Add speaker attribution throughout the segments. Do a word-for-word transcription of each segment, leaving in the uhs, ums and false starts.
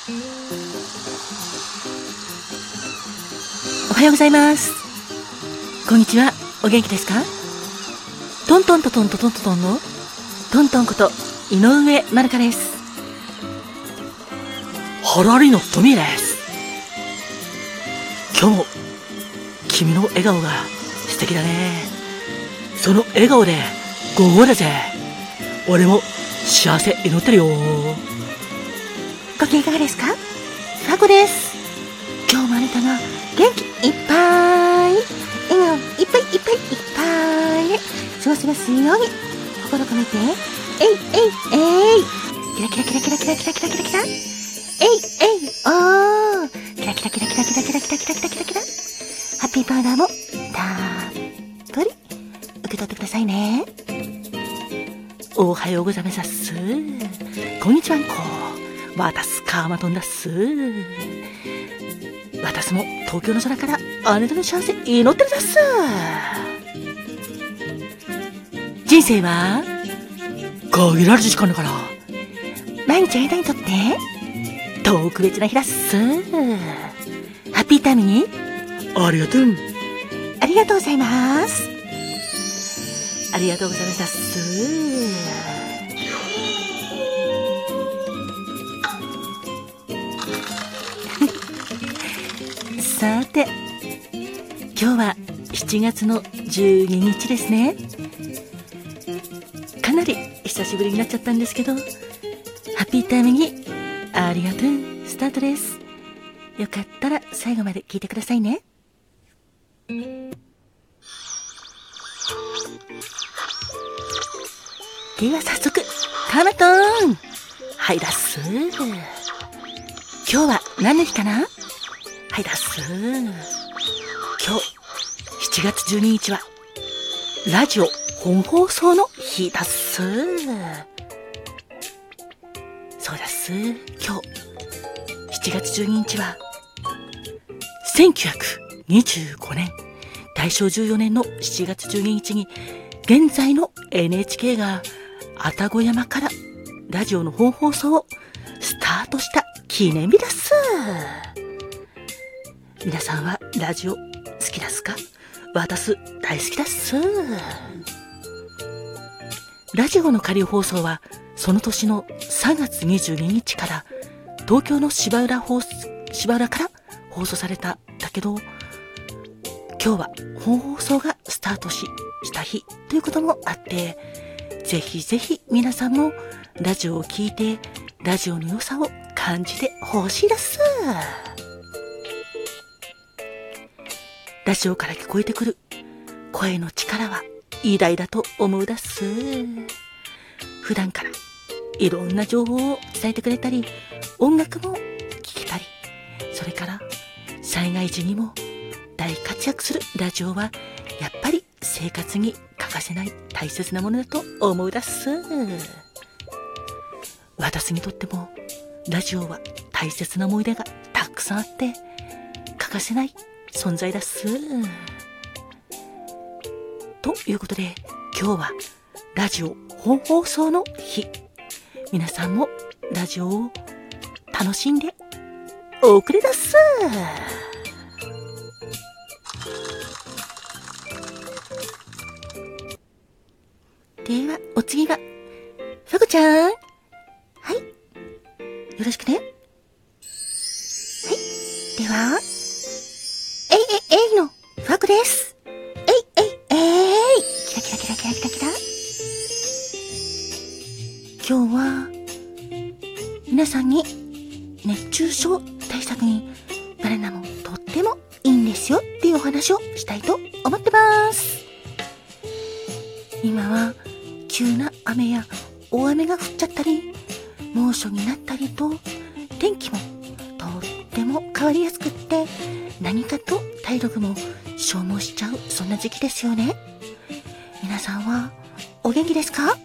Speaker 1: おはようございます。こんにちは。お元気ですか？トントントントントントントンのトントンこと井上まるかです。ハラリのトミーです。今日も君の笑顔が素敵だね。その笑顔でゴーだぜ。俺も幸せ祈ってるよ。ご機嫌いかがですか？ファコです。今日もあなたが元気いっぱい、笑顔いっぱいいっぱいいっぱいで過ごせますように心込めて、えいえいえい、キラキラキラキラキラキラキラキラキラ、えいえいおー、キラキラキラキラキラキラキラキラキラキラキラ、ハッピーパウダーもたっぷり受け取ってくださいね。おはようございます。こんにちはんこ。わたすカーマトンだっす。私も東京の空からあなたの幸せ祈ってるだっす。人生は限られた時間だから毎日あなたにとって特別な日だっす。ハッピータイムにありがとう。ありがとうございます。ありがとうございましたっす。さて、今日はしちがつのじゅうににちですね。かなり久しぶりになっちゃったんですけど、ハッピータイムにありがとうスタートです。よかったら最後まで聞いてくださいね。では早速カーマトーンはいだっす。今日は何の日かな？はいだっす。今日しちがつじゅうににちはラジオ本放送の日だっす。そうだっす。今日しちがつじゅうににちはせんきゅうひゃくにじゅうごねんだいしょうじゅうよねんのしちがつじゅうににちに現在の エヌエイチケー が愛宕山からラジオの本放送をスタートした記念日だっす。皆さんはラジオ好きだっすか？私大好きだっす。ラジオの仮放送はその年のさんがつにじゅうににちから東京の芝浦放芝浦から放送されたんだけど、今日は本放送がスタートしした日ということもあって、ぜひぜひ皆さんもラジオを聞いてラジオの良さを感じてほしいです。ラジオから聞こえてくる声の力は偉大だと思うだっす。普段からいろんな情報を伝えてくれたり、音楽も聴けたり、それから災害時にも大活躍するラジオはやっぱり生活に欠かせない大切なものだと思うだっす。私にとってもラジオは大切な思い出がたくさんあって欠かせない存在だっす。ということで今日はラジオ本放送の日。皆さんもラジオを楽しんでおくれだっす。ではお次がファコちゃん、はい、よろしくね。はい、ではえいえいえいのファコです。えいえいえい、キラキラキラキラキラキラ。今日は皆さんに熱中症対策にバナナもとってもいいんですよっていうお話をしたいと思ってます。今は急な雨や大雨が降っちゃったり猛暑になったりと天気もとっても変わりやすくって、何かと体力も消耗しちゃう、そんな時期ですよね。皆さんはお元気ですか？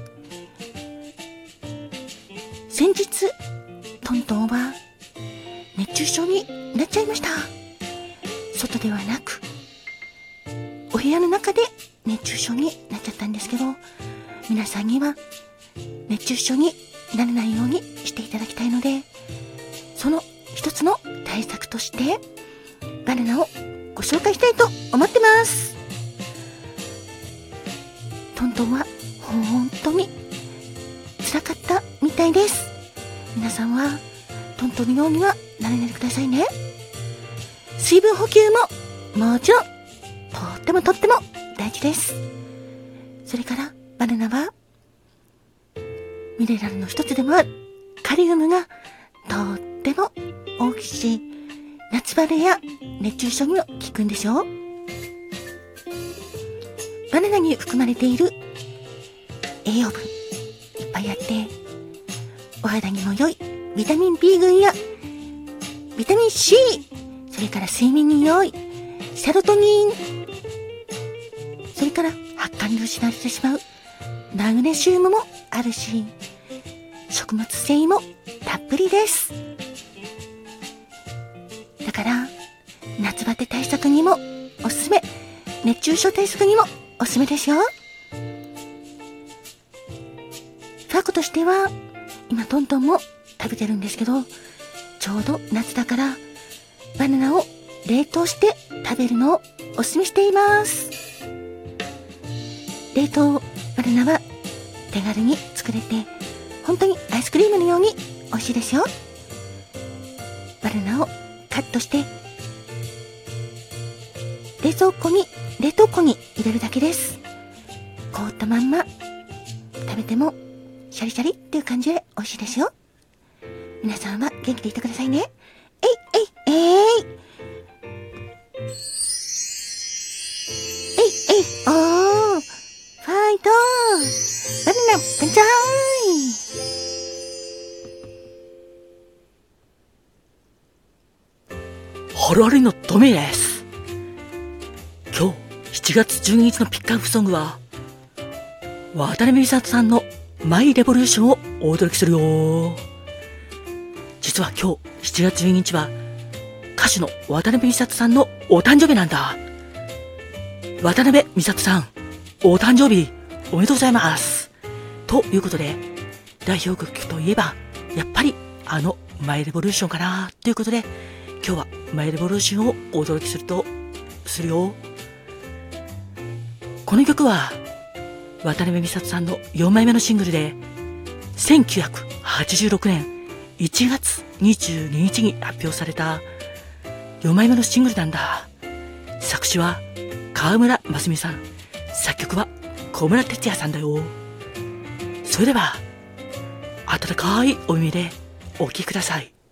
Speaker 1: 先日トントンは熱中症になっちゃいました。外ではなくお部屋の中で熱中症になっちゃったんですけど、皆さんには熱中症にならないようにしていただきたいので、
Speaker 2: その一つの対策としてバナナをご紹介したいと思ってます。トントンは本当に辛かったみたいです。皆さんはトントンのようにはならないでくださいね。水分補給ももちろんとってもとっても大事です。それからバナナはミネラルの一つでもあるカリウムがとっても大きいし、夏バテや熱中症にも効くんでしょう。バナナに含まれている栄養分いっぱいあって、お肌にも良いビタミン B 群やビタミン C、 それから睡眠に良いセロトニン、それから発汗で失われてしまうマグネシウムもあるし、食物繊維もたっぷりです。だから夏バテ対策にもおすすめ、熱中症対策にもおすすめですよ。ファコとしては今トントンも食べてるんですけど、ちょうど夏だからバナナを冷凍して食べるのをおすすめしています。冷凍バナナは手軽に作れて本当にアイスクリームのように美味しいですよ。バナナをカットして冷蔵庫に冷凍庫に入れるだけです。凍ったまんま食べてもシャリシャリっていう感じで美味しいですよ。皆さんは元気でいてくださいね。えいえいえいえいえいおーファイトバナナバンザーイ。
Speaker 1: ハロハリのトメイです。今日しちがつじゅうににちのピックアップソングは渡辺美里さんのマイレボリューションをお届けするよ。実は今日しちがつじゅうににちは歌手の渡辺美里さんのお誕生日なんだ。渡辺美里さんお誕生日おめでとうございます。ということで代表曲といえばやっぱりあのマイレボリューションかなということで、今日はマイレボリューションをお届けするとするよ。この曲は渡辺美里さんのよんまいめのシングルでせんきゅうひゃくはちじゅうろくねんいちがつにじゅうににちに発表されたよんまいめのシングルなんだ。作詞は川村ますみさん、作曲は小村哲也さんだよ。それでは温かいお耳でお聴きください。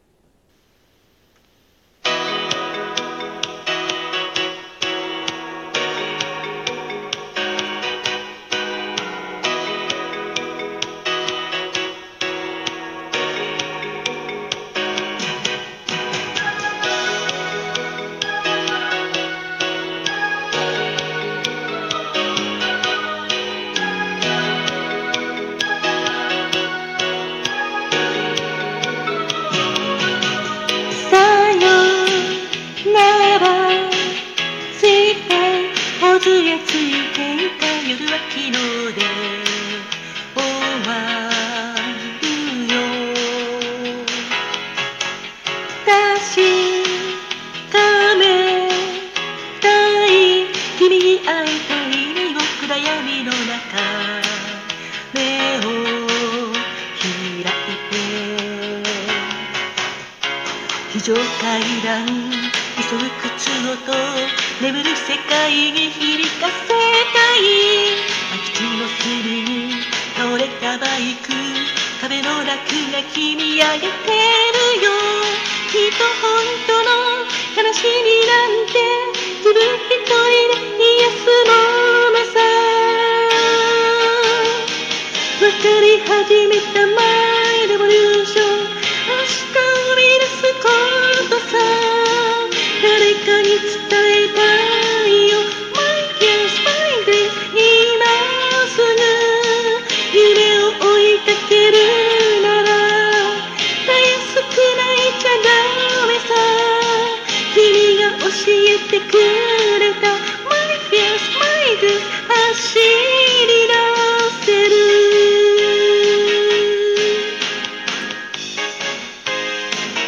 Speaker 3: 非常階段急ぐ靴音眠る世界に響かせたい。空き地の隅に倒れたバイク、壁の中が君上げてるよ。きっと本当の悲しみなんて自分一人で癒すものさ。分かり始めたマイレボリューション、明日を生み出すことさ。誰かに伝えたいよ My yes, my dream。 今すぐ夢を追いかけるならたやすく泣いちゃダメさ。君が教えてくれた My yes, my dream。 走り出せる。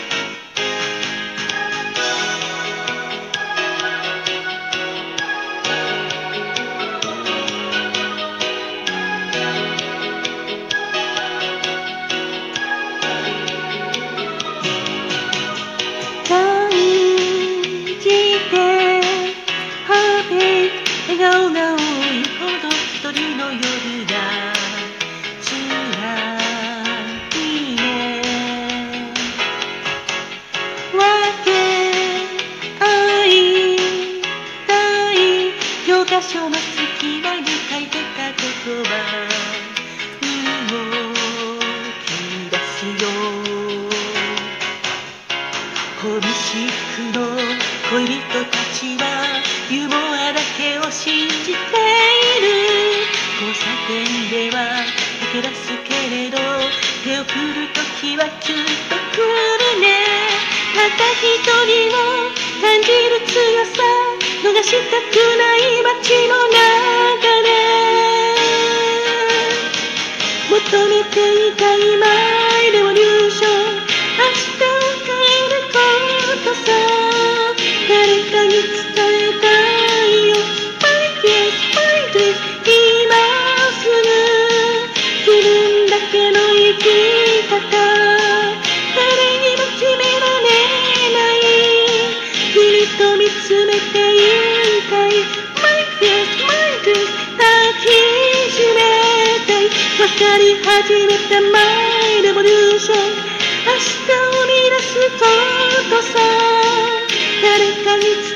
Speaker 3: しくも恋人たちはユーモアだけを信じている。交差点では駆け出すけれど手を振るときはキュンとくるね。たった一人を感じる強さ逃したくない街の中で求めていた今レボリューション明日を変えることさ誰かに伝えたいよ Fight yes, fight yes 今すぐ自分だけの生き方誰にも決められない君と見つめていたい Fight yes, fight yes 抱きしめたい分かり始めたマイレボリューション明日を生み出すことさ誰かに伝